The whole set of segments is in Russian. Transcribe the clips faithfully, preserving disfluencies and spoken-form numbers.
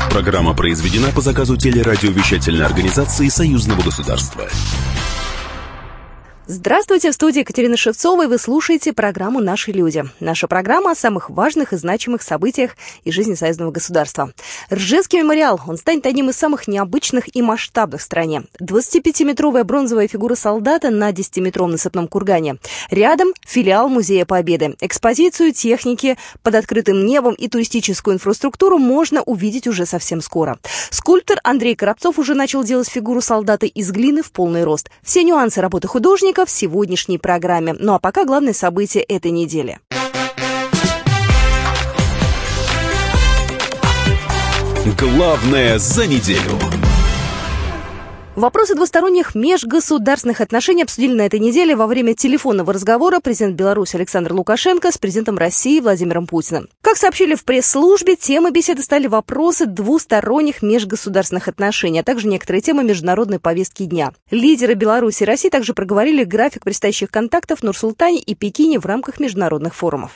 Программа произведена по заказу телерадиовещательной организации Союзного государства. Здравствуйте, в студии Екатерина Шевцова, и вы слушаете программу «Наши люди». Наша программа о самых важных и значимых событиях из жизни союзного государства. Ржевский мемориал, он станет одним из самых необычных и масштабных в стране. двадцатипятиметровая бронзовая фигура солдата на десятиметровом насыпном кургане. Рядом филиал Музея Победы. Экспозицию техники под открытым небом и туристическую инфраструктуру можно увидеть уже совсем скоро. Скульптор Андрей Коробцов уже начал делать фигуру солдата из глины в полный рост. Все нюансы работы художника в сегодняшней программе. Ну а пока главное событие этой недели. Главное за неделю. Вопросы двусторонних межгосударственных отношений обсудили на этой неделе во время телефонного разговора президент Беларуси Александр Лукашенко с президентом России Владимиром Путиным. Как сообщили в пресс-службе, темой беседы стали вопросы двусторонних межгосударственных отношений, а также некоторые темы международной повестки дня. Лидеры Беларуси и России также проговорили график предстоящих контактов в Нур-Султане и Пекине в рамках международных форумов.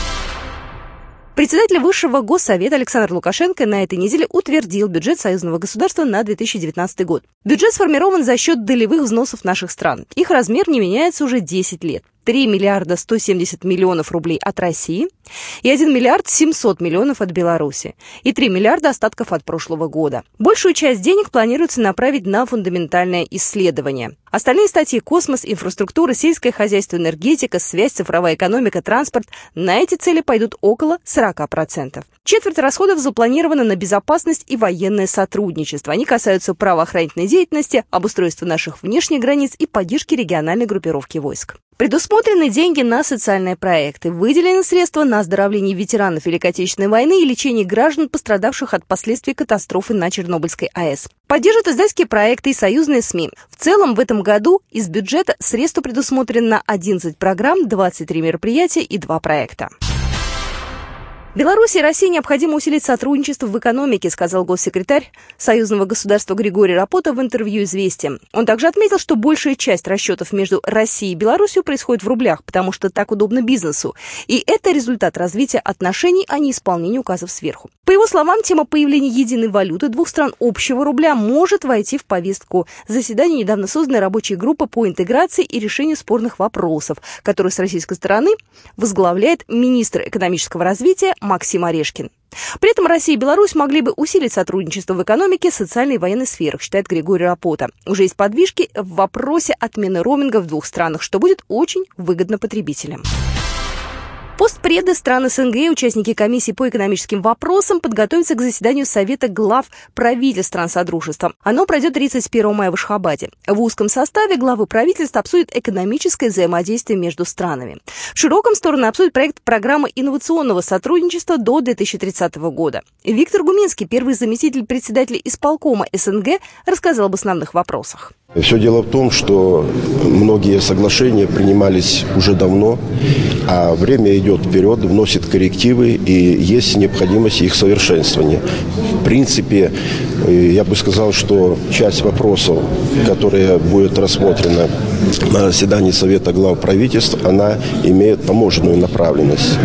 Председатель Высшего Госсовета Александр Лукашенко на этой неделе утвердил бюджет союзного государства на две тысячи девятнадцатый год. Бюджет сформирован за счет долевых взносов наших стран. Их размер не меняется уже десять лет. три миллиарда сто семьдесят миллионов рублей от России и один миллиард семьсот миллионов от Беларуси и три миллиарда остатков от прошлого года. Большую часть денег планируется направить на фундаментальное исследование. Остальные статьи – космос, инфраструктура, сельское хозяйство, энергетика, связь, цифровая экономика, транспорт – на эти цели пойдут около сорока процентов. Четверть расходов запланирована на безопасность и военное сотрудничество. Они касаются правоохранительной деятельности, обустройства наших внешних границ и поддержки региональной группировки войск. Предусмотрены деньги на социальные проекты, выделены средства на оздоровление ветеранов Великой Отечественной войны и лечение граждан, пострадавших от последствий катастрофы на Чернобыльской АЭС. Поддержат издательские проекты и союзные СМИ. В целом в этом году из бюджета средства предусмотрены на одиннадцать программ, двадцать три мероприятия и два проекта. Беларуси и России необходимо усилить сотрудничество в экономике, сказал госсекретарь союзного государства Григорий Рапота в интервью «Известия». Он также отметил, что большая часть расчетов между Россией и Беларусью происходит в рублях, потому что так удобно бизнесу. И это результат развития отношений, а не исполнения указов сверху. По его словам, тема появления единой валюты двух стран общего рубля может войти в повестку заседания недавно созданной рабочей группы по интеграции и решению спорных вопросов, которую с российской стороны возглавляет министр экономического развития Максим Орешкин. При этом Россия и Беларусь могли бы усилить сотрудничество в экономике, социальной и военной сферах, считает Григорий Рапота. Уже есть подвижки в вопросе отмены роуминга в двух странах, что будет очень выгодно потребителям. Постпреды стран СНГ, участники комиссии по экономическим вопросам, подготовятся к заседанию Совета глав правительств стран Содружества. Оно пройдет тридцать первого мая в Ашхабаде. В узком составе главы правительств обсудят экономическое взаимодействие между странами. В широком стороны обсудят проект программы инновационного сотрудничества до две тысячи тридцатого года. Виктор Гуминский, первый заместитель председателя исполкома СНГ, рассказал об основных вопросах. Все дело в том, что многие соглашения принимались уже давно, а время идет вперед, вносит коррективы, и есть необходимость их совершенствования. В принципе, я бы сказал, что часть вопросов, которая будет рассмотрена на заседании Совета глав правительств, она имеет таможенную направленность.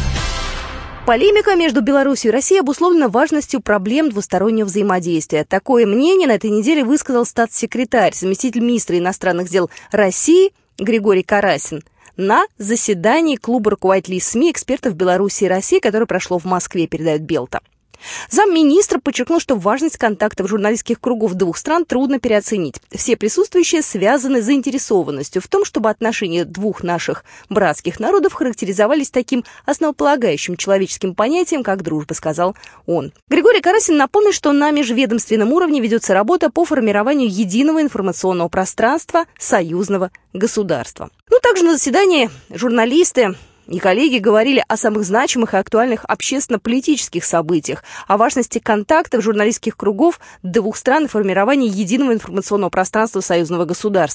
Полемика между Беларусью и Россией обусловлена важностью проблем двустороннего взаимодействия. Такое мнение на этой неделе высказал статс-секретарь, заместитель министра иностранных дел России Григорий Карасин на заседании клуба руководителей СМИ экспертов Беларуси и России, которое прошло в Москве, передает Белта. Замминистра подчеркнул, что важность контактов журналистских кругов двух стран трудно переоценить. Все присутствующие связаны с заинтересованностью в том, чтобы отношения двух наших братских народов характеризовались таким основополагающим человеческим понятием, как дружба, сказал он. Григорий Карасин напомнил, что на межведомственном уровне ведется работа по формированию единого информационного пространства союзного государства. Ну, также на заседании журналисты и коллеги говорили о самых значимых и актуальных общественно-политических событиях, о важности контактов журналистских кругов двух стран и формировании единого информационного пространства союзного государства.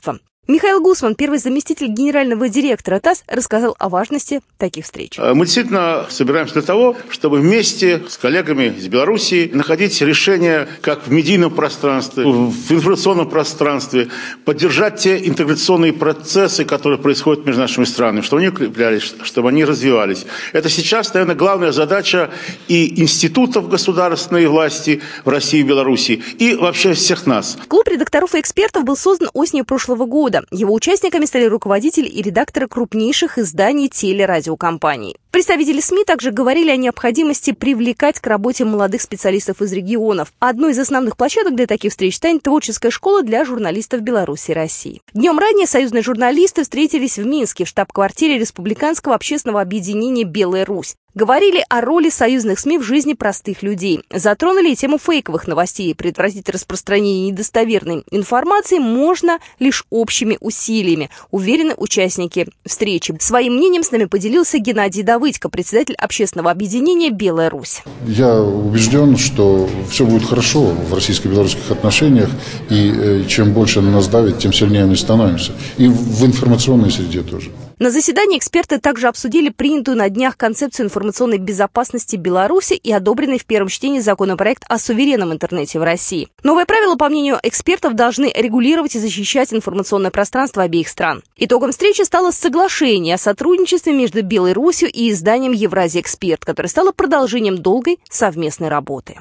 Михаил Гусман, первый заместитель генерального директора ТАСС, рассказал о важности таких встреч. Мы действительно собираемся для того, чтобы вместе с коллегами из Белоруссии находить решения как в медийном пространстве, в информационном пространстве, поддержать те интеграционные процессы, которые происходят между нашими странами, чтобы они укреплялись, чтобы они развивались. Это сейчас, наверное, главная задача и институтов государственной власти в России и Белоруссии, и вообще всех нас. Клуб редакторов и экспертов был создан осенью прошлого года. Его участниками стали руководители и редакторы крупнейших изданий телерадиокомпаний. Представители СМИ также говорили о необходимости привлекать к работе молодых специалистов из регионов. Одной из основных площадок для таких встреч станет творческая школа для журналистов Беларуси и России. Днем ранее союзные журналисты встретились в Минске в штаб-квартире Республиканского общественного объединения «Белая Русь». Говорили о роли союзных СМИ в жизни простых людей. Затронули и тему фейковых новостей. Предотвратить распространение недостоверной информации можно лишь общими усилиями, уверены участники встречи. Своим мнением с нами поделился Геннадий Давыдько, председатель общественного объединения «Белая Русь». Я убежден, что все будет хорошо в российско-белорусских отношениях, и чем больше на нас давит, тем сильнее мы становимся. И в информационной среде тоже. На заседании эксперты также обсудили принятую на днях концепцию информационной безопасности Беларуси и одобренный в первом чтении законопроект о суверенном интернете в России. Новые правила, по мнению экспертов, должны регулировать и защищать информационное пространство обеих стран. Итогом встречи стало соглашение о сотрудничестве между Белой Русью и изданием «Евразия Эксперт», которое стало продолжением долгой совместной работы.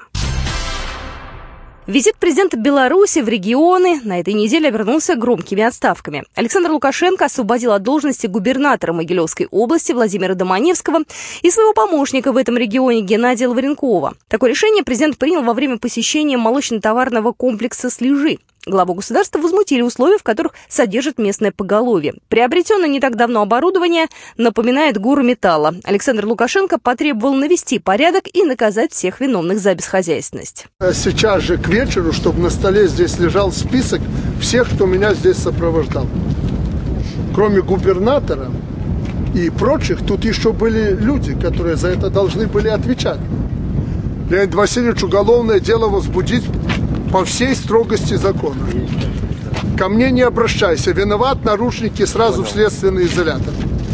Визит президента Беларуси в регионы на этой неделе обернулся громкими отставками. Александр Лукашенко освободил от должности губернатора Могилевской области Владимира Доманевского и своего помощника в этом регионе Геннадия Лавренкова. Такое решение президент принял во время посещения молочно-товарного комплекса «Слежи». Главу государства возмутили условия, в которых содержит местное поголовье. Приобретенное не так давно оборудование напоминает гору металла. Александр Лукашенко потребовал навести порядок и наказать всех виновных за бесхозяйственность. Сейчас же к вечеру, чтобы на столе здесь лежал список всех, кто меня здесь сопровождал. Кроме губернатора и прочих, тут еще были люди, которые за это должны были отвечать. Леонид Васильевич, уголовное дело возбудить по всей строгости закона. Ко мне не обращайся. Виноват, нарушники, сразу в следственный изолятор.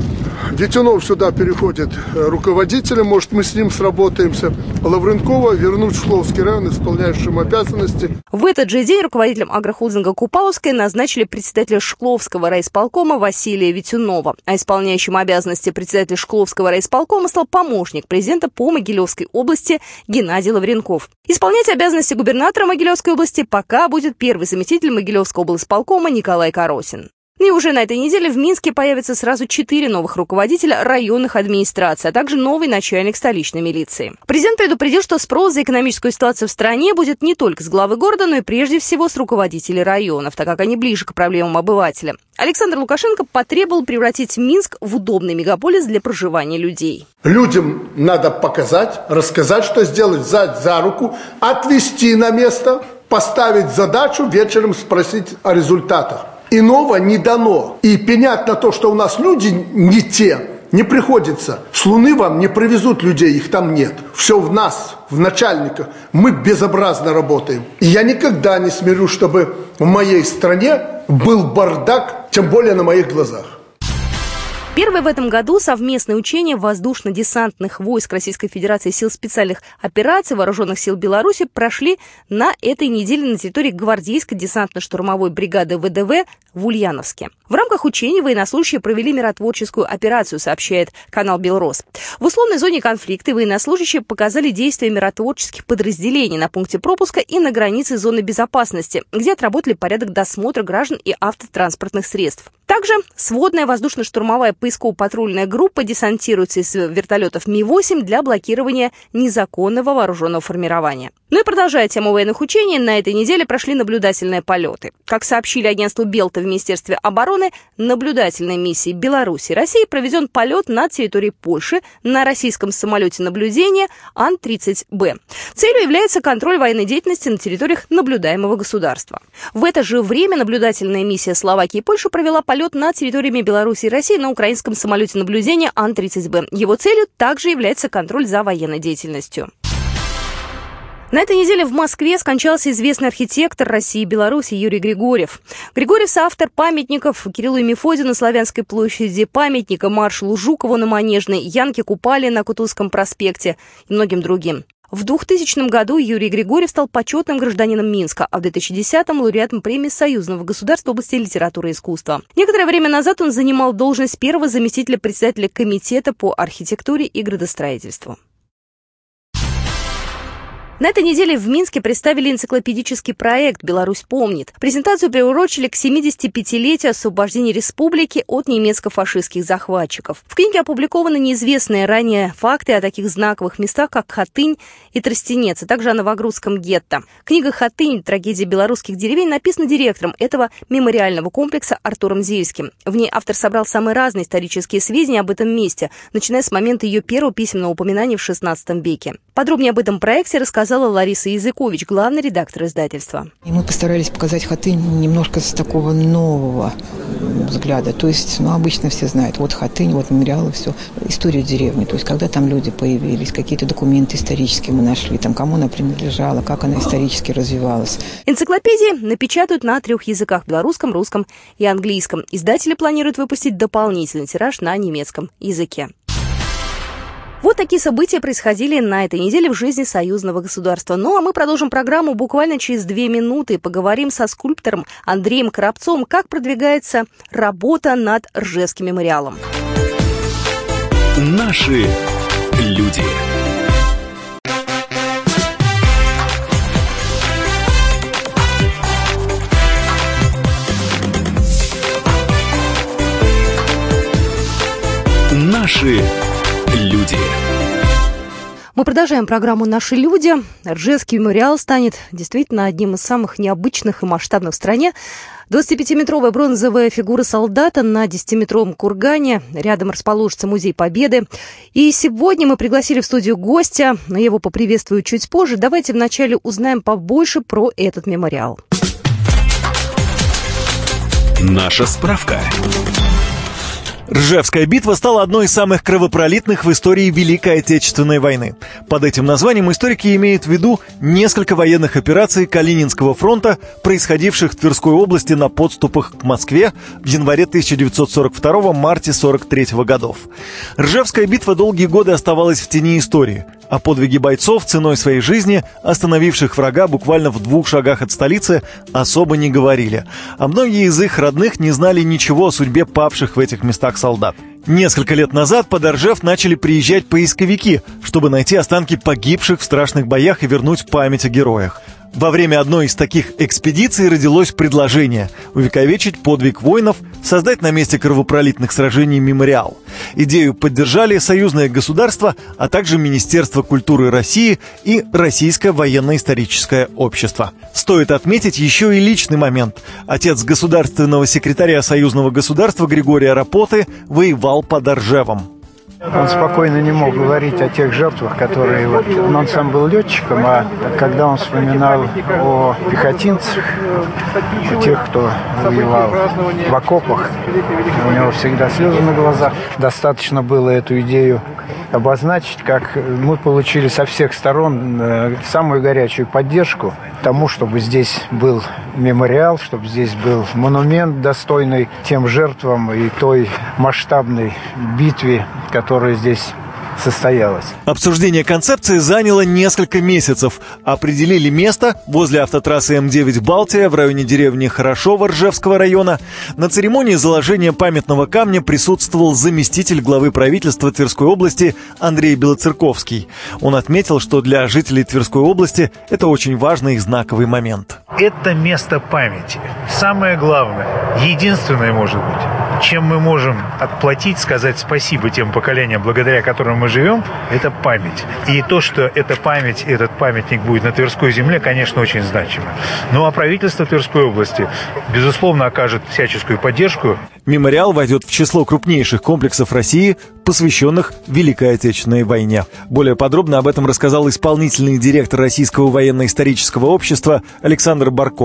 Витюнов сюда переходит руководителем, может, мы с ним сработаемся. Лавренкова вернуть в Шкловский район исполняющим обязанности. В этот же день руководителем агрохолдинга «Купаловская» назначили председателя Шкловского райисполкома Василия Витюнова. А исполняющим обязанности председателя Шкловского райисполкома стал помощник президента по Могилевской области Геннадий Лавренков. Исполнять обязанности губернатора Могилевской области пока будет первый заместитель Могилевского облисполкома Николай Коросин. И уже на этой неделе в Минске появятся сразу четыре новых руководителя районных администраций, а также новый начальник столичной милиции. Президент предупредил, что спрос за экономическую ситуацию в стране будет не только с главы города, но и прежде всего с руководителей районов, так как они ближе к проблемам обывателя. Александр Лукашенко потребовал превратить Минск в удобный мегаполис для проживания людей. Людям надо показать, рассказать, что сделать, взять за руку, отвезти на место, поставить задачу, вечером спросить о результатах. Иного не дано. И пенять на то, что у нас люди не те, не приходится. С Луны вам не привезут людей, их там нет. Все в нас, в начальниках. Мы безобразно работаем. И я никогда не смирюсь, чтобы в моей стране был бардак, тем более на моих глазах. Первое в этом году совместное учение воздушно-десантных войск Российской Федерации сил специальных операций Вооруженных сил Беларуси прошли на этой неделе на территории гвардейской десантно-штурмовой бригады ВДВ в Ульяновске. В рамках учений военнослужащие провели миротворческую операцию, сообщает канал Белрос. В условной зоне конфликта военнослужащие показали действия миротворческих подразделений на пункте пропуска и на границе зоны безопасности, где отработали порядок досмотра граждан и автотранспортных средств. Также сводная воздушно-штурмовая поисково-патрульная группа десантируется из вертолетов Ми восемь для блокирования незаконного вооруженного формирования. Ну и продолжая тему военных учений, на этой неделе прошли наблюдательные полеты. Как сообщили агентству Белта в Министерстве обороны, наблюдательной миссией Беларуси и России проведен полет над территорией Польши на российском самолете наблюдения Ан тридцать Бэ. Целью является контроль военной деятельности на территориях наблюдаемого государства. В это же время наблюдательная миссия Словакии и Польши провела полет над территориями Беларуси и России на украинском самолете наблюдения Ан тридцать Бэ. Его целью также является контроль за военной деятельностью. На этой неделе в Москве скончался известный архитектор России и Беларуси Юрий Григорьев. Григорьев – соавтор памятников Кириллу и Мефодию на Славянской площади, памятника маршалу Жукову на Манежной, Янке Купали на Кутузовском проспекте и многим другим. В двухтысячном году Юрий Григорьев стал почетным гражданином Минска, а в две тысячи десятом лауреатом премии Союзного государства в области литературы и искусства. Некоторое время назад он занимал должность первого заместителя председателя комитета по архитектуре и градостроительству. На этой неделе в Минске представили энциклопедический проект «Беларусь помнит». Презентацию приурочили к семидесятипятилетию освобождения республики от немецко-фашистских захватчиков. В книге опубликованы неизвестные ранее факты о таких знаковых местах, как Хатынь и Тростенец, а также о Новогрудском гетто. Книга «Хатынь. Трагедия белорусских деревень» написана директором этого мемориального комплекса Артуром Зельским. В ней автор собрал самые разные исторические сведения об этом месте, начиная с момента ее первого письменного упоминания в шестнадцатом веке. Подробнее об этом проекте рассказала Лариса Языкович, главный редактор издательства. И мы постарались показать Хатынь немножко с такого нового взгляда. То есть, ну, обычно все знают, вот Хатынь, вот мемориал и все. Историю деревни, то есть, когда там люди появились, какие-то документы исторические мы нашли, там, кому она принадлежала, как она исторически развивалась. Энциклопедии напечатают на трех языках – белорусском, русском и английском. Издатели планируют выпустить дополнительный тираж на немецком языке. Вот такие события происходили на этой неделе в жизни союзного государства. Ну а мы продолжим программу буквально через две минуты. Поговорим со скульптором Андреем Коробцовым, как продвигается работа над Ржевским мемориалом. Наши люди. Наши люди. Мы продолжаем программу «Наши люди». Ржевский мемориал станет действительно одним из самых необычных и масштабных в стране. двадцатипятиметровая бронзовая фигура солдата на десятиметровом кургане. Рядом расположится Музей Победы. И сегодня мы пригласили в студию гостя. Я его поприветствую чуть позже. Давайте вначале узнаем побольше про этот мемориал. Наша справка. Ржевская битва стала одной из самых кровопролитных в истории Великой Отечественной войны. Под этим названием историки имеют в виду несколько военных операций Калининского фронта, происходивших в Тверской области на подступах к Москве в январе тысяча девятьсот сорок второго – марте сорок третьего годов. Ржевская битва долгие годы оставалась в тени истории, а подвиги бойцов ценой своей жизни, остановивших врага буквально в двух шагах от столицы, особо не говорили. А многие из их родных не знали ничего о судьбе павших в этих местах солдат. Несколько лет назад под Ржев начали приезжать поисковики, чтобы найти останки погибших в страшных боях и вернуть память о героях. Во время одной из таких экспедиций родилось предложение увековечить подвиг воинов, создать на месте кровопролитных сражений мемориал. Идею поддержали союзное государство, а также Министерство культуры России и Российское военно-историческое общество. Стоит отметить еще и личный момент. Отец государственного секретаря союзного государства Григория Рапоты воевал под Ржевом. Он спокойно не мог говорить о тех жертвах, которые... Вот, он сам был летчиком, а когда он вспоминал о пехотинцах, о тех, кто воевал в окопах, у него всегда слезы на глазах. Достаточно было эту идею обозначить, как мы получили со всех сторон самую горячую поддержку тому, чтобы здесь был мемориал, чтобы здесь был монумент, достойный тем жертвам и той масштабной битве, которая здесь состоялась. Обсуждение концепции заняло несколько месяцев. Определили место возле автотрассы Эм девять «Балтия» в районе деревни Хорошово Ржевского района. На церемонии заложения памятного камня присутствовал заместитель главы правительства Тверской области Андрей Белоцерковский. Он отметил, что для жителей Тверской области это очень важный и знаковый момент. Это место памяти. Самое главное, единственное, может быть, чем мы можем отплатить, сказать спасибо тем поколениям, благодаря которым мы живем, это память. И то, что эта память, этот памятник будет на Тверской земле, конечно, очень значимо. Ну а правительство Тверской области, безусловно, окажет всяческую поддержку. Мемориал войдет в число крупнейших комплексов России, посвященных Великой Отечественной войне. Более подробно об этом рассказал исполнительный директор Российского военно-исторического общества Александр Барков.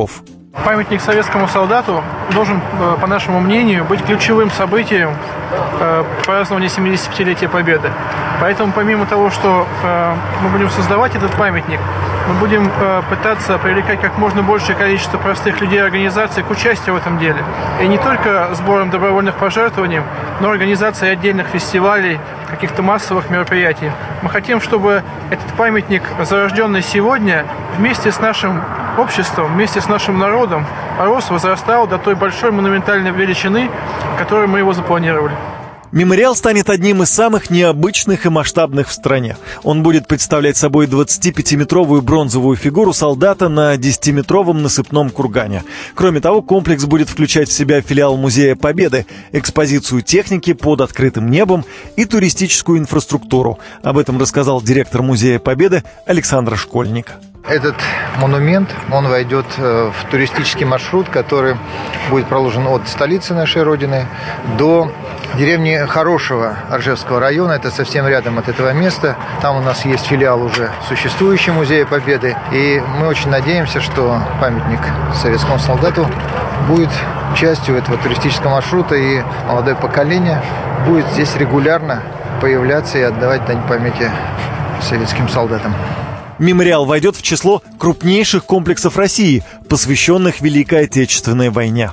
Памятник советскому солдату должен, по нашему мнению, быть ключевым событием празднования семидесятипятилетия Победы. Поэтому помимо того, что мы будем создавать этот памятник, мы будем пытаться привлекать как можно большее количество простых людей и организаций к участию в этом деле. И не только сбором добровольных пожертвований, но и организацией отдельных фестивалей, каких-то массовых мероприятий. Мы хотим, чтобы этот памятник, зарожденный сегодня, вместе с нашим обществом, вместе с нашим народом, рос, возрастал до той большой монументальной величины, которой мы его запланировали. Мемориал станет одним из самых необычных и масштабных в стране. Он будет представлять собой двадцатипятиметровую бронзовую фигуру солдата на десятиметровом насыпном кургане. Кроме того, комплекс будет включать в себя филиал Музея Победы, экспозицию техники под открытым небом и туристическую инфраструктуру. Об этом рассказал директор Музея Победы Александр Школьник. Этот монумент, он войдет в туристический маршрут, который будет проложен от столицы нашей Родины до деревни Хорошего Ржевского района. Это совсем рядом от этого места. Там у нас есть филиал уже существующий Музея Победы. И мы очень надеемся, что памятник советскому солдату будет частью этого туристического маршрута. И молодое поколение будет здесь регулярно появляться и отдавать дань памяти советским солдатам. Мемориал войдет в число крупнейших комплексов России, посвященных Великой Отечественной войне.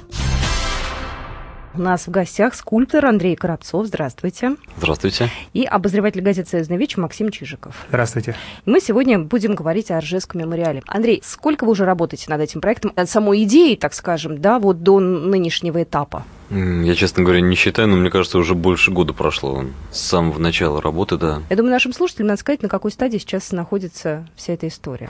У нас в гостях скульптор Андрей Коробцов. Здравствуйте. Здравствуйте. И обозреватель газеты «Союзная Вечь» Максим Чижиков. Здравствуйте. Мы сегодня будем говорить о Ржевском мемориале. Андрей, сколько вы уже работаете над этим проектом? От самой идеи, так скажем, да, вот до нынешнего этапа? Я, честно говоря, не считаю, но мне кажется, уже больше года прошло с самого начала работы, да. Я думаю, нашим слушателям надо сказать, на какой стадии сейчас находится вся эта история.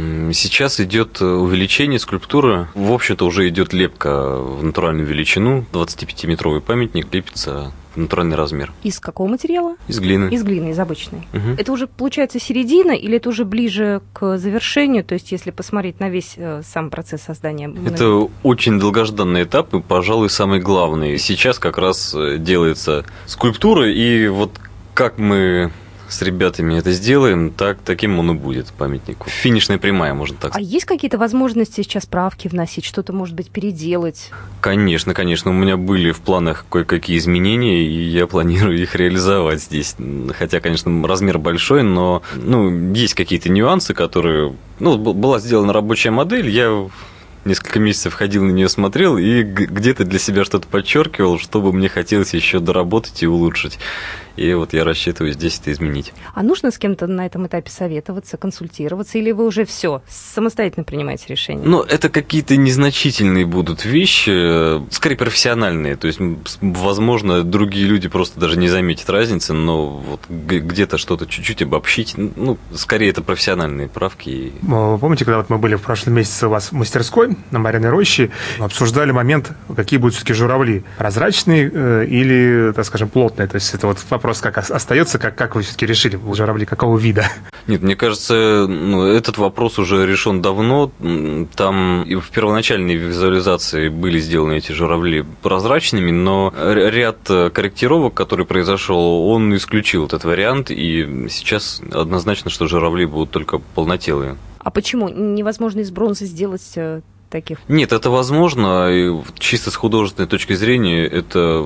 Сейчас идет увеличение скульптуры. В общем-то, уже идет лепка в натуральную величину. двадцатипятиметровый памятник лепится в натуральный размер. Из какого материала? Из глины. Из глины, из обычной. Угу. Это уже, получается, середина или это уже ближе к завершению? То есть, если посмотреть на весь э, сам процесс создания? Это очень долгожданный этап и, пожалуй, самый главный. Сейчас как раз делается скульптура, и вот как мы с ребятами это сделаем, так, таким он и будет, памятнику. Финишная прямая, можно так сказать. А есть какие-то возможности сейчас правки вносить, что-то, может быть, переделать? Конечно, конечно. У меня были в планах кое-какие изменения, и я планирую их реализовать здесь. Хотя, конечно, размер большой, но ну, есть какие-то нюансы, которые... Ну, была сделана рабочая модель, я... Несколько месяцев ходил на нее, смотрел и где-то для себя что-то подчеркивал, чтобы мне хотелось еще доработать и улучшить. И вот я рассчитываю здесь это изменить. А нужно с кем-то на этом этапе советоваться, консультироваться, или вы уже все самостоятельно принимаете решение? Ну, это какие-то незначительные будут вещи, скорее профессиональные. То есть, возможно, другие люди просто даже не заметят разницы, но вот где-то что-то чуть-чуть обобщить. Ну, скорее, это профессиональные правки. Вы помните, когда вот мы были в прошлом месяце у вас в мастерской на Марьиной роще, обсуждали момент, какие будут все-таки журавли, прозрачные э, или, так скажем, плотные? То есть это вот вопрос как остается, как, как вы все-таки решили, журавли какого вида? Нет, мне кажется, ну, этот вопрос уже решен давно. Там и в первоначальной визуализации были сделаны эти журавли прозрачными, но ряд корректировок, который произошел, он исключил этот вариант, и сейчас однозначно, что журавли будут только полнотелые. А почему? Невозможно из бронзы сделать таких? Нет, это возможно, и чисто с художественной точки зрения это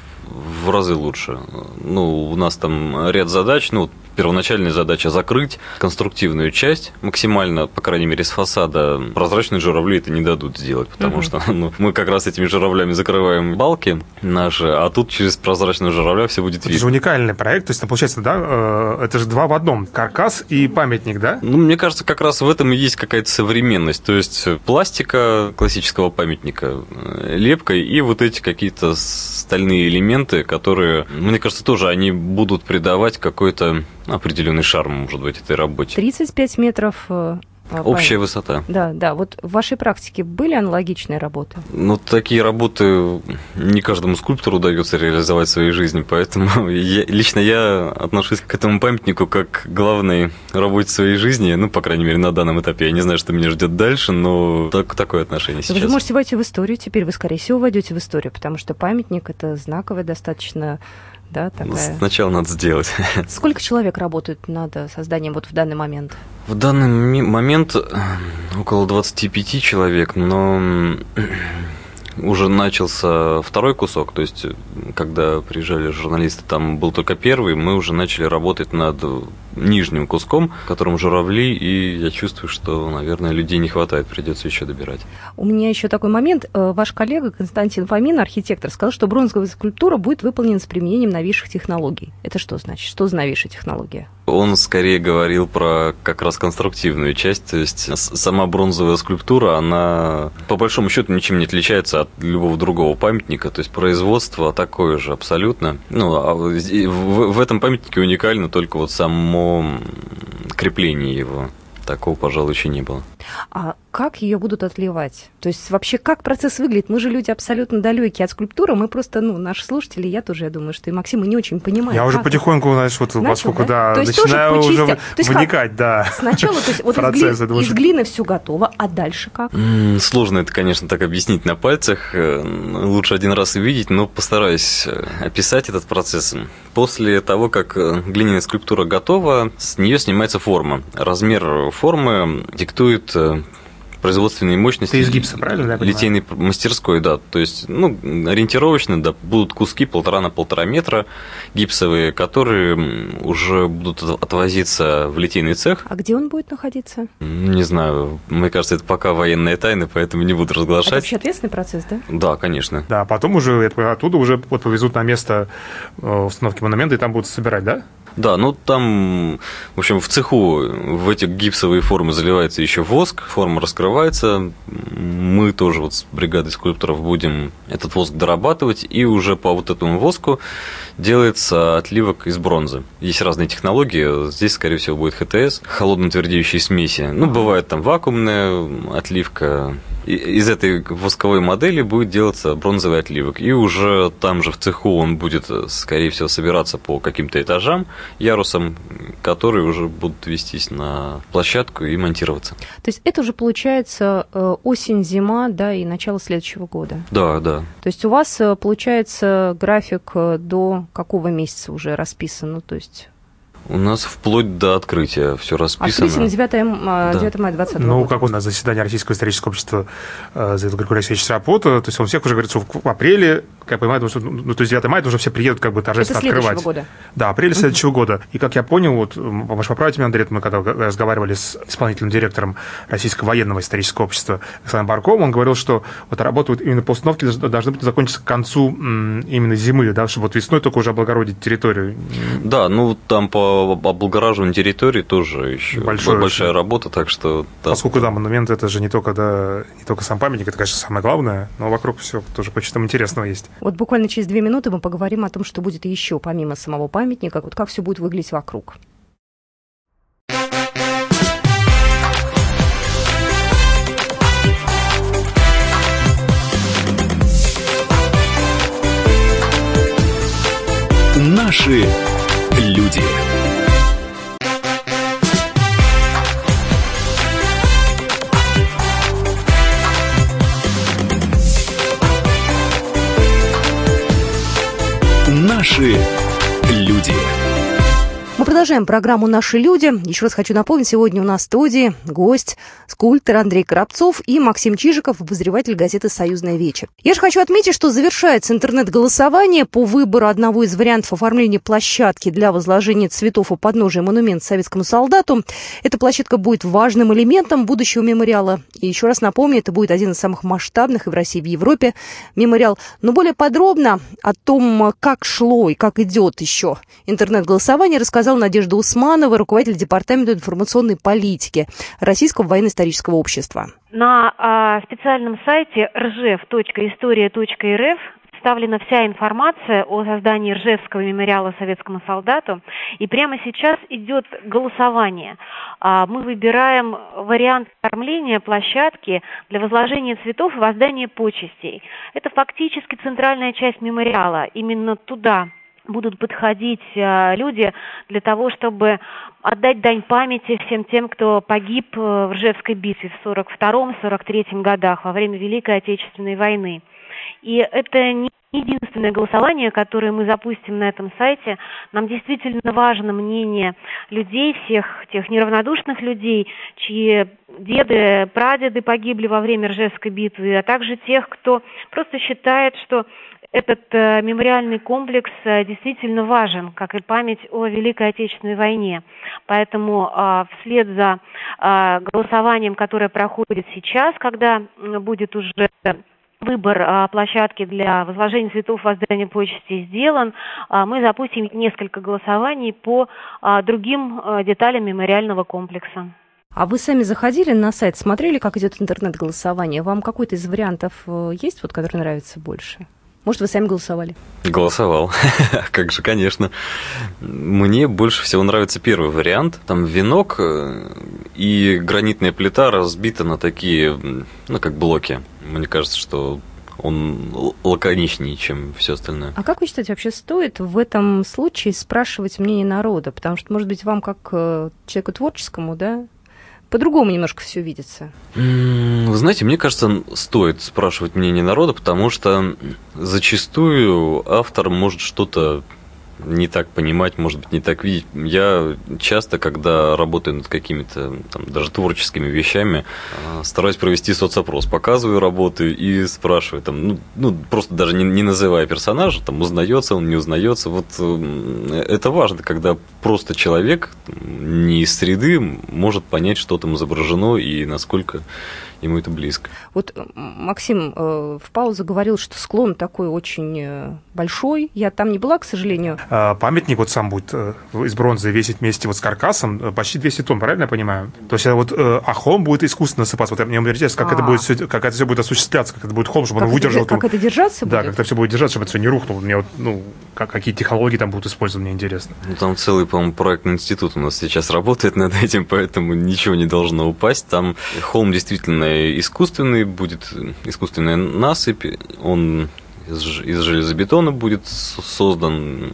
в разы лучше. Ну, у нас там ряд задач, ну, первоначальная задача закрыть конструктивную часть максимально, по крайней мере, с фасада. Прозрачные журавли это не дадут сделать, потому uh-huh. что ну, мы как раз этими журавлями закрываем балки наши, а тут через прозрачного журавля все будет видно. Это же уникальный проект, то есть, получается, да, это же два в одном, каркас и памятник, да? Ну, мне кажется, как раз в этом и есть какая-то современность, то есть пластика классического памятника, лепка и вот эти какие-то стальные элементы, которые, мне кажется, тоже они будут придавать какой-то определенный шарм, может быть, этой работе. тридцать пять метров... Общая высота. Да, да. Вот в вашей практике были аналогичные работы? Ну, такие работы не каждому скульптору удается реализовать в своей жизни, поэтому я, лично я отношусь к этому памятнику как к главной работе своей жизни, ну, по крайней мере, на данном этапе. Я не знаю, что меня ждет дальше, но так, такое отношение сейчас. Вы же можете войти в историю теперь, вы, скорее всего, войдете в историю, потому что памятник – это знаковая достаточно... Да, такая... Сначала надо сделать. Сколько человек работает над созданием вот в данный момент? В данный момент Около двадцати пяти человек, но уже начался второй кусок, то есть, когда приезжали журналисты, там был только первый, мы уже начали работать над нижним куском, в котором журавли, и я чувствую, что, наверное, людей не хватает, придется еще добирать. У меня еще такой момент. Ваш коллега Константин Фомин, архитектор, сказал, что бронзовая скульптура будет выполнена с применением новейших технологий. Это что значит? Что за новейшая технология? Он скорее говорил про как раз конструктивную часть, то есть сама бронзовая скульптура, она по большому счету ничем не отличается от любого другого памятника, то есть производство такое же абсолютно. Ну, а в, в этом памятнике уникально только вот само крепление его. Такого, пожалуй, еще не было. А как ее будут отливать? То есть вообще как процесс выглядит? Мы же люди абсолютно далекие от скульптуры. Мы просто, ну, наши слушатели, я тоже, я думаю, что и Максим, мы не очень понимаем. Я уже потихоньку, знаешь, вот начал, поскольку, да, да, начинаю уже в... вникать, как? да. Сначала, то есть вот из, гли... из глины все готово, а дальше как? Сложно это, конечно, так объяснить на пальцах. Лучше один раз увидеть, но постараюсь описать этот процесс. После того, как глиняная скульптура готова, с нее снимается форма. Размер формы диктует производственные мощности. Ты из гипса, правильно? Да, литейной мастерской, да. То есть, ну, ориентировочно, да, будут куски полтора на полтора метра гипсовые, которые уже будут отвозиться в литейный цех. А где он будет находиться? Не знаю. Мне кажется, это пока военная тайна, поэтому не буду разглашать. Это вообще ответственный процесс, да? Да, конечно. Да, потом уже оттуда уже вот повезут на место установки монумента, и там будут собирать, да? Да, ну там, в общем, в цеху в эти гипсовые формы заливается еще воск, форма раскрывается, мы тоже вот с бригадой скульпторов будем этот воск дорабатывать, и уже по вот этому воску делается отливок из бронзы. Есть разные технологии, здесь, скорее всего, будет ха тэ эс, холодно-твердеющие смеси. Ну, бывает там вакуумная отливка. Из этой восковой модели будет делаться бронзовый отливок. И уже там же в цеху он будет, скорее всего, собираться по каким-то этажам, ярусам, которые уже будут вестись на площадку и монтироваться. То есть это уже получается осень, зима, да, и начало следующего года? Да, да. То есть у вас получается график до какого месяца уже расписан? Ну, то есть... У нас вплоть до открытия все расписано. Открытие на девятое мая двадцатого Ну, года. как у нас заседание Российского исторического общества за Григория Алексеевича Рапота, то есть он всех уже говорит, что в апреле, как я понимаю, что, ну, то есть девятое мая, это уже все приедут как бы торжественно это следующего открывать. года? Да, апреле следующего uh-huh. года. И как я понял, вот, может, поправите меня, Андрей, мы когда разговаривали с исполнительным директором Российского военного исторического общества Александром Барковым, он говорил, что вот работы вот именно по установке должны быть закончиться к концу именно зимы, да, чтобы вот весной только уже облагородить территорию. Да, ну там по облагораживанию территории тоже еще большая, большая работа, так что... Да. Поскольку, да, монумент это же не только, да, не только сам памятник, это, конечно, самое главное, но вокруг все тоже почти там интересного есть. Вот буквально через две минуты мы поговорим о том, что будет еще помимо самого памятника, вот как все будет выглядеть вокруг. Наши люди. Наши люди. Мы продолжаем программу «Наши люди». Еще раз хочу напомнить, сегодня у нас в студии гость, скульптор Андрей Коробцов и Максим Чижиков, обозреватель газеты «Союзная вечер». Я же хочу отметить, что завершается интернет-голосование по выбору одного из вариантов оформления площадки для возложения цветов у подножия монумента советскому солдату. Эта площадка будет важным элементом будущего мемориала. И еще раз напомню, это будет один из самых масштабных и в России, и в Европе мемориал. Но более подробно о том, как шло и как идет еще интернет-голосование, рассказал Надежда Усманова, руководитель департамента информационной политики Российского военно-исторического общества. На а, специальном сайте эр жэ эф точка история точка эр эф представлена вся информация о создании Ржевского мемориала советскому солдату. И прямо сейчас идет голосование. А, мы выбираем вариант оформления площадки для возложения цветов и воздания почестей. Это фактически центральная часть мемориала. Именно туда будут подходить люди для того, чтобы отдать дань памяти всем тем, кто погиб в Ржевской битве в сорок втором — сорок третьем годах во время Великой Отечественной войны. И это не единственное голосование, которое мы запустим на этом сайте. Нам действительно важно мнение людей, всех тех неравнодушных людей, чьи деды, прадеды погибли во время Ржевской битвы, а также тех, кто просто считает, что этот э, мемориальный комплекс э, действительно важен, как и память о Великой Отечественной войне. Поэтому э, вслед за э, голосованием, которое проходит сейчас, когда э, будет уже выбор э, площадки для возложения цветов, воздания почести сделан, э, мы запустим несколько голосований по э, другим э, деталям мемориального комплекса. А вы сами заходили на сайт, смотрели, как идет интернет-голосование? Вам какой-то из вариантов э, есть, вот, который нравится больше? Может, вы сами голосовали? Голосовал. Как же, конечно. Мне больше всего нравится первый вариант. Там венок и гранитная плита разбита на такие, ну, как блоки. Мне кажется, что он лаконичнее, чем все остальное. А как вы считаете, вообще стоит в этом случае спрашивать мнение народа? Потому что, может быть, вам, как человеку творческому, да, по-другому немножко все видится. Вы знаете, мне кажется, стоит спрашивать мнение народа, потому что зачастую автор может что-то не так понимать, может быть, не так видеть. Я часто, когда работаю над какими-то там, даже творческими вещами, стараюсь провести соцопрос, показываю работы и спрашиваю, там, ну, ну, просто даже не, не называя персонажа, там, узнается он, не узнается. Вот это важно, когда просто человек не из среды может понять, что там изображено и насколько ему это близко. Вот Максим э, в паузе говорил, что склон такой очень э, большой. Я там не была, к сожалению. Памятник вот сам будет э, из бронзы весить вместе вот с каркасом э, почти двести тонн, правильно я понимаю? То есть вот, э, а холм будет искусственно насыпаться. Вот мне интересно, как, это будет, как это все будет осуществляться, как это будет холм, чтобы как он выдержал. Это, как это держаться да, будет? как это все будет держаться, чтобы это все не рухнуло. Мне вот, ну, как, какие технологии там будут использованы, мне интересно. Ну, там целый, по-моему, проектный институт у нас сейчас работает над этим, поэтому ничего не должно упасть. Там холм действительно искусственный, будет искусственная насыпь, он из, из железобетона будет создан,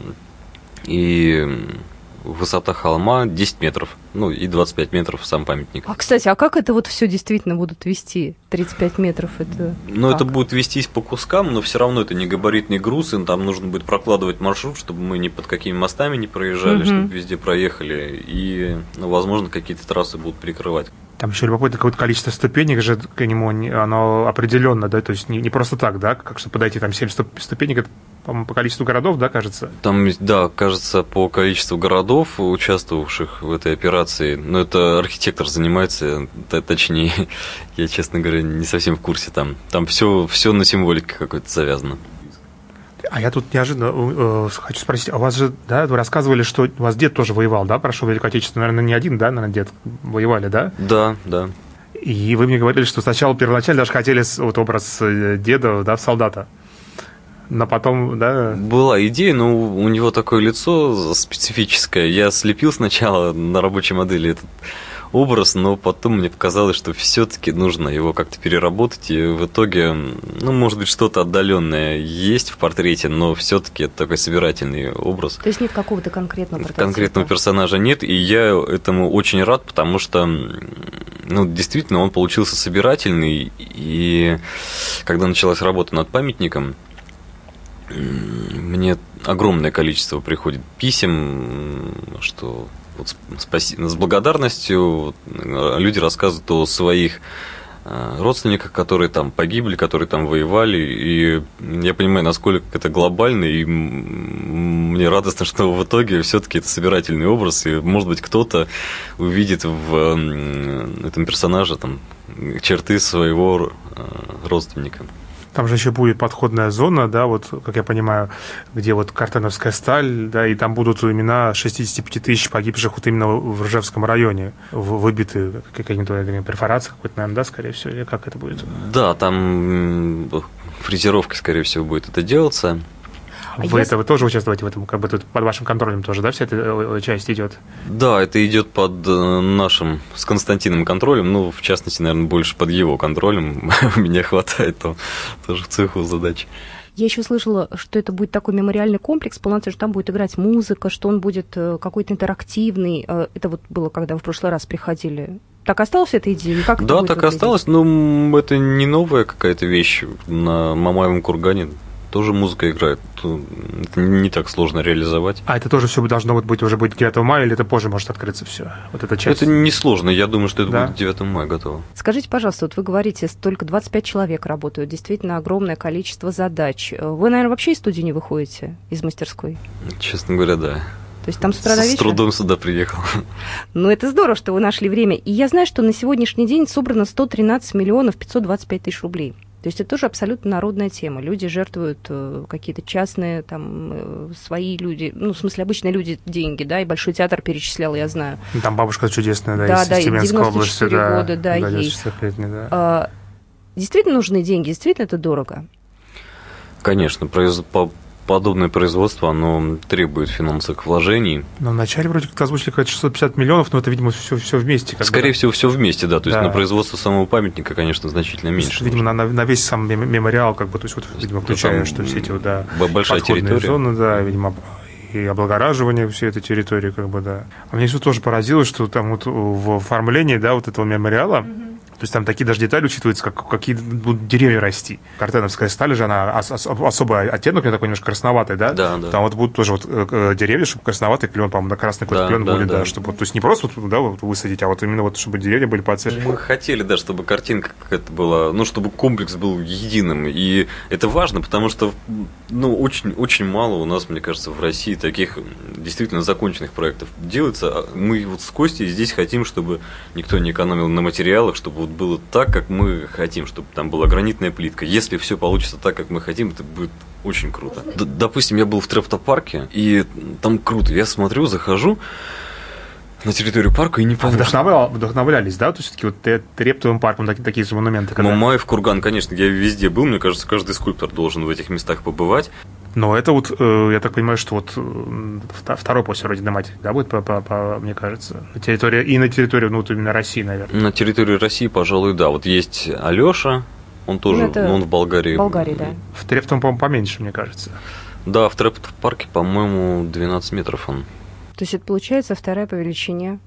и высота холма десять метров, ну и двадцать пять метров сам памятник. А, кстати, а как это вот все действительно будут вести? тридцать пять метров это Ну, как? это будет вестись по кускам, но все равно это не габаритный груз, и там нужно будет прокладывать маршрут, чтобы мы ни под какими мостами не проезжали, угу. чтобы везде проехали, и, ну, возможно, какие-то трассы будут перекрывать. Там еще любопытно какое-то количество ступенек же к нему, оно определенно, да, то есть не, не просто так, да, как что подойти, там семь ступенек, это, по-моему, по количеству городов, да, кажется? Там, да, кажется, по количеству городов, участвовавших в этой операции, но это архитектор занимается, точнее, я, честно говоря, не совсем в курсе там, там все, все на символике какой-то завязано. А я тут неожиданно э, хочу спросить, а у вас же, да, вы рассказывали, что у вас дед тоже воевал, да, прошел Великую Отечественную, наверное, не один, да, наверное, дед воевали, да? Да, да. И вы мне говорили, что сначала первоначально даже хотели вот образ деда, да, в солдата. Но потом, да... Была идея, но у него такое лицо специфическое. Я слепил сначала на рабочей модели этот образ, но потом мне показалось, что все-таки нужно его как-то переработать, и в итоге, ну, может быть, что-то отдаленное есть в портрете, но все-таки это такой собирательный образ. То есть нет какого-то конкретного портрета? Конкретного персонажа нет, и я этому очень рад, потому что, ну, действительно, он получился собирательный, и когда началась работа над памятником, мне огромное количество приходит писем, что вот спаси... с благодарностью люди рассказывают о своих родственниках, которые там погибли, которые там воевали, и я понимаю, насколько это глобально, и мне радостно, что в итоге все-таки это собирательный образ, и, может быть, кто-то увидит в этом персонаже там черты своего родственника. Там же еще будет подходная зона, да, вот, как я понимаю, где вот Картеновская сталь, да, и там будут имена шестьдесят пять тысяч погибших вот именно в Ржевском районе, выбиты какими-то перфорацией какой-то, наверное, да, скорее всего, или как это будет? Да, там фрезеровкой, скорее всего, будет это делаться. Вы, если... это, вы тоже участвуете в этом, как бы тут под вашим контролем тоже, да, вся эта часть идет? Да, это идет под нашим с Константином контролем, ну, в частности, наверное, больше под его контролем. Меня хватает там тоже в цеху задач. Я еще слышала, что это будет такой мемориальный комплекс, полноценный, что там будет играть музыка, что он будет какой-то интерактивный. Это вот было, когда вы в прошлый раз приходили. Так осталась эта идея? Как да, это так выглядеть? осталось, но это не новая какая-то вещь. На Мамаевом кургане тоже музыка играет. Это не так сложно реализовать. А это тоже все должно быть уже быть девятого мая, или это позже может открыться все? Вот эта часть. Это не сложно, я думаю, что это да? будет девятого мая готово. Скажите, пожалуйста, вот вы говорите, только двадцать пять человек работают, действительно огромное количество задач. Вы, наверное, вообще из студии не выходите, из мастерской? Честно говоря, да. То есть там с утра до вечера? С трудом сюда приехал. Ну, это здорово, что вы нашли время. И я знаю, что на сегодняшний день собрано сто тринадцать миллионов пятьсот двадцать пять тысяч рублей. То есть это тоже абсолютно народная тема. Люди жертвуют э, какие-то частные, там, э, свои люди, ну, в смысле, обычные люди деньги, да, и Большой театр перечислял, я знаю. Там бабушка чудесная, да, да, из да, Тюменской области. Да, да, года, да, да, ей. да. А, действительно нужны деньги, действительно это дорого? Конечно, произ... подобное производство, оно требует финансовых вложений. Но вначале вроде как озвучили какая-то шестьсот пятьдесят миллионов, но это, видимо, все, все вместе. Как Скорее бы. всего, все вместе, да. То есть да. на производство самого памятника, конечно, значительно меньше. Видимо, на, на весь сам мемориал, как бы, то есть, вот, видимо, включая, что все эти, да, большая территория. Зоны, да, видимо, и облагораживание всей этой территории, как бы, да. А мне все тоже поразило, что там вот в оформлении, да, вот этого мемориала, то есть там такие даже детали учитываются, как какие будут деревья расти. Картеновская сталь же, она ос- ос- особый оттенок, у меня такой немножко красноватый, да? Да, да. Там вот будут тоже вот деревья, чтобы красноватый клен, по-моему, на красный какой-то да, клен да, будет, да, да. чтобы, то есть не просто вот, да, вот высадить, а вот именно вот, чтобы деревья были по цвету. Мы хотели, да, чтобы картинка какая-то была, ну, чтобы комплекс был единым, и это важно, потому что, ну, очень, очень мало у нас, мне кажется, в России таких действительно законченных проектов делается. Мы вот с Костей здесь хотим, чтобы никто не экономил на материалах, чтобы вот было так, как мы хотим, чтобы там была гранитная плитка. Если все получится так, как мы хотим, это будет очень круто. Д- допустим, я был в Трептопарке, и там круто. Я смотрю, захожу на территорию парка и не понимаю. Вдохновлял, вдохновлялись, да? То есть все-таки вот Трептовым парком такие, такие же монументы. Когда... Мамаев курган, конечно, я везде был. Мне кажется, каждый скульптор должен в этих местах побывать. Но это вот, я так понимаю, что вот второй после Родины Матери, да, будет, по, по, по, мне кажется, на территории, и на территории, ну, вот именно России, наверное. На территории России, пожалуй, да. Вот есть Алёша, он тоже, ну, он в Болгарии. В Болгарии, да. В Трептовом, по-моему, поменьше, мне кажется. Да, в Трептов парке, по-моему, двенадцать метров он. То есть это получается вторая по величине?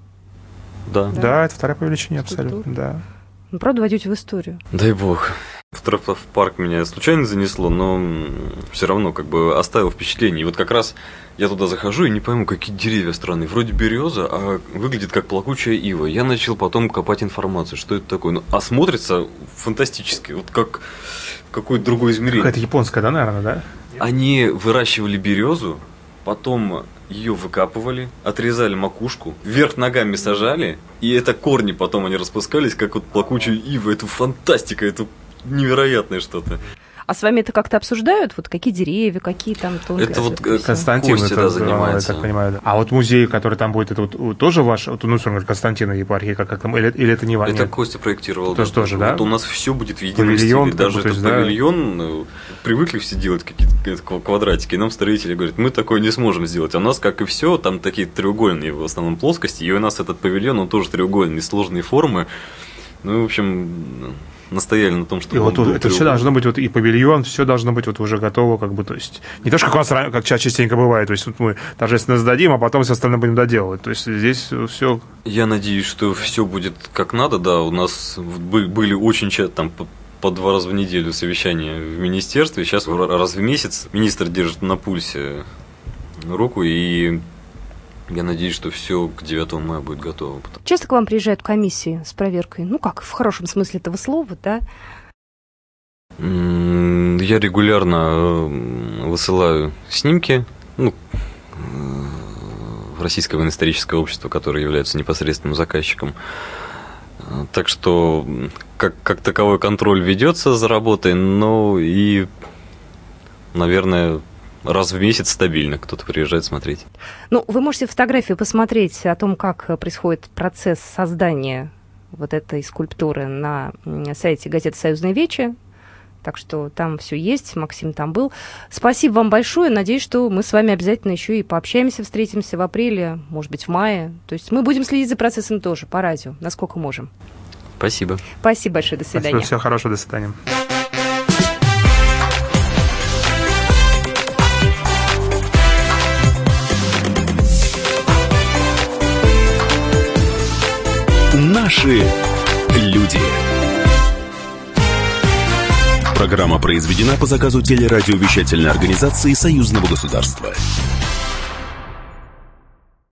Да. Да, да, это вторая по величине, абсолютно, да. Ну, правда, войдете в историю. Дай бог. В Трептов парк меня случайно занесло, но все равно как бы оставил впечатление. И вот как раз я туда захожу и не пойму, какие деревья странные. Вроде береза, а выглядит как плакучая ива. Я начал потом копать информацию, что это такое. Ну, а смотрится фантастически, вот как какое-то другое измерение. Какая-то японская, да, наверное, да? Они выращивали березу, потом ее выкапывали, отрезали макушку, вверх ногами сажали, и это корни потом они распускались, как вот плакучая ива. Это фантастика, это невероятное что-то. А с вами это как-то обсуждают? Вот какие деревья, какие там тонкости? Это вот Константин Костя, это, да, занимается. Я так понимаю, да. А вот музей, который там будет, это вот тоже ваш, вот, ну, Константина епархии, как, как там, или, или это не ваш? Это Костя проектировал. Тоже, да, тоже, да? Вот у нас все будет в едином павильон, стиле. Даже бы, этот есть, павильон, да? привыкли все делать какие-то квадратики. Нам строители говорят, мы такое не сможем сделать. А у нас, как и все, там такие треугольные в основном плоскости. И у нас этот павильон, он тоже треугольный, сложные формы. Ну, в общем, настояли на том, что и вот это все должно быть, вот и павильон, все должно быть вот уже готово, как бы, то есть не то, что как у нас, как частенько бывает, то есть вот мы торжественно сдадим, а потом все остальное будем доделывать, то есть здесь все. Я надеюсь, что все будет как надо, да, у нас были очень часто там по два раза в неделю совещания в министерстве, сейчас раз в месяц министр держит на пульсе руку, и я надеюсь, что все к девятому мая будет готово. Часто к вам приезжают комиссии с проверкой? Ну как, в хорошем смысле этого слова, да? Я регулярно высылаю снимки, ну, в Российское военно-историческое общество, которое является непосредственным заказчиком. Так что как, как таковой контроль ведется за работой, но и, наверное, раз в месяц стабильно кто-то приезжает смотреть. Ну, вы можете фотографию посмотреть о том, как происходит процесс создания вот этой скульптуры на сайте газеты «Союзная Вече». Так что там все есть, Максим там был. Спасибо вам большое. Надеюсь, что мы с вами обязательно еще и пообщаемся, встретимся в апреле, может быть, в мае. То есть мы будем следить за процессом тоже по радио, насколько можем. Спасибо. Спасибо большое. До свидания. Спасибо, всего хорошего. До свидания. Наши люди. Программа произведена по заказу телерадиовещательной организации Союзного государства.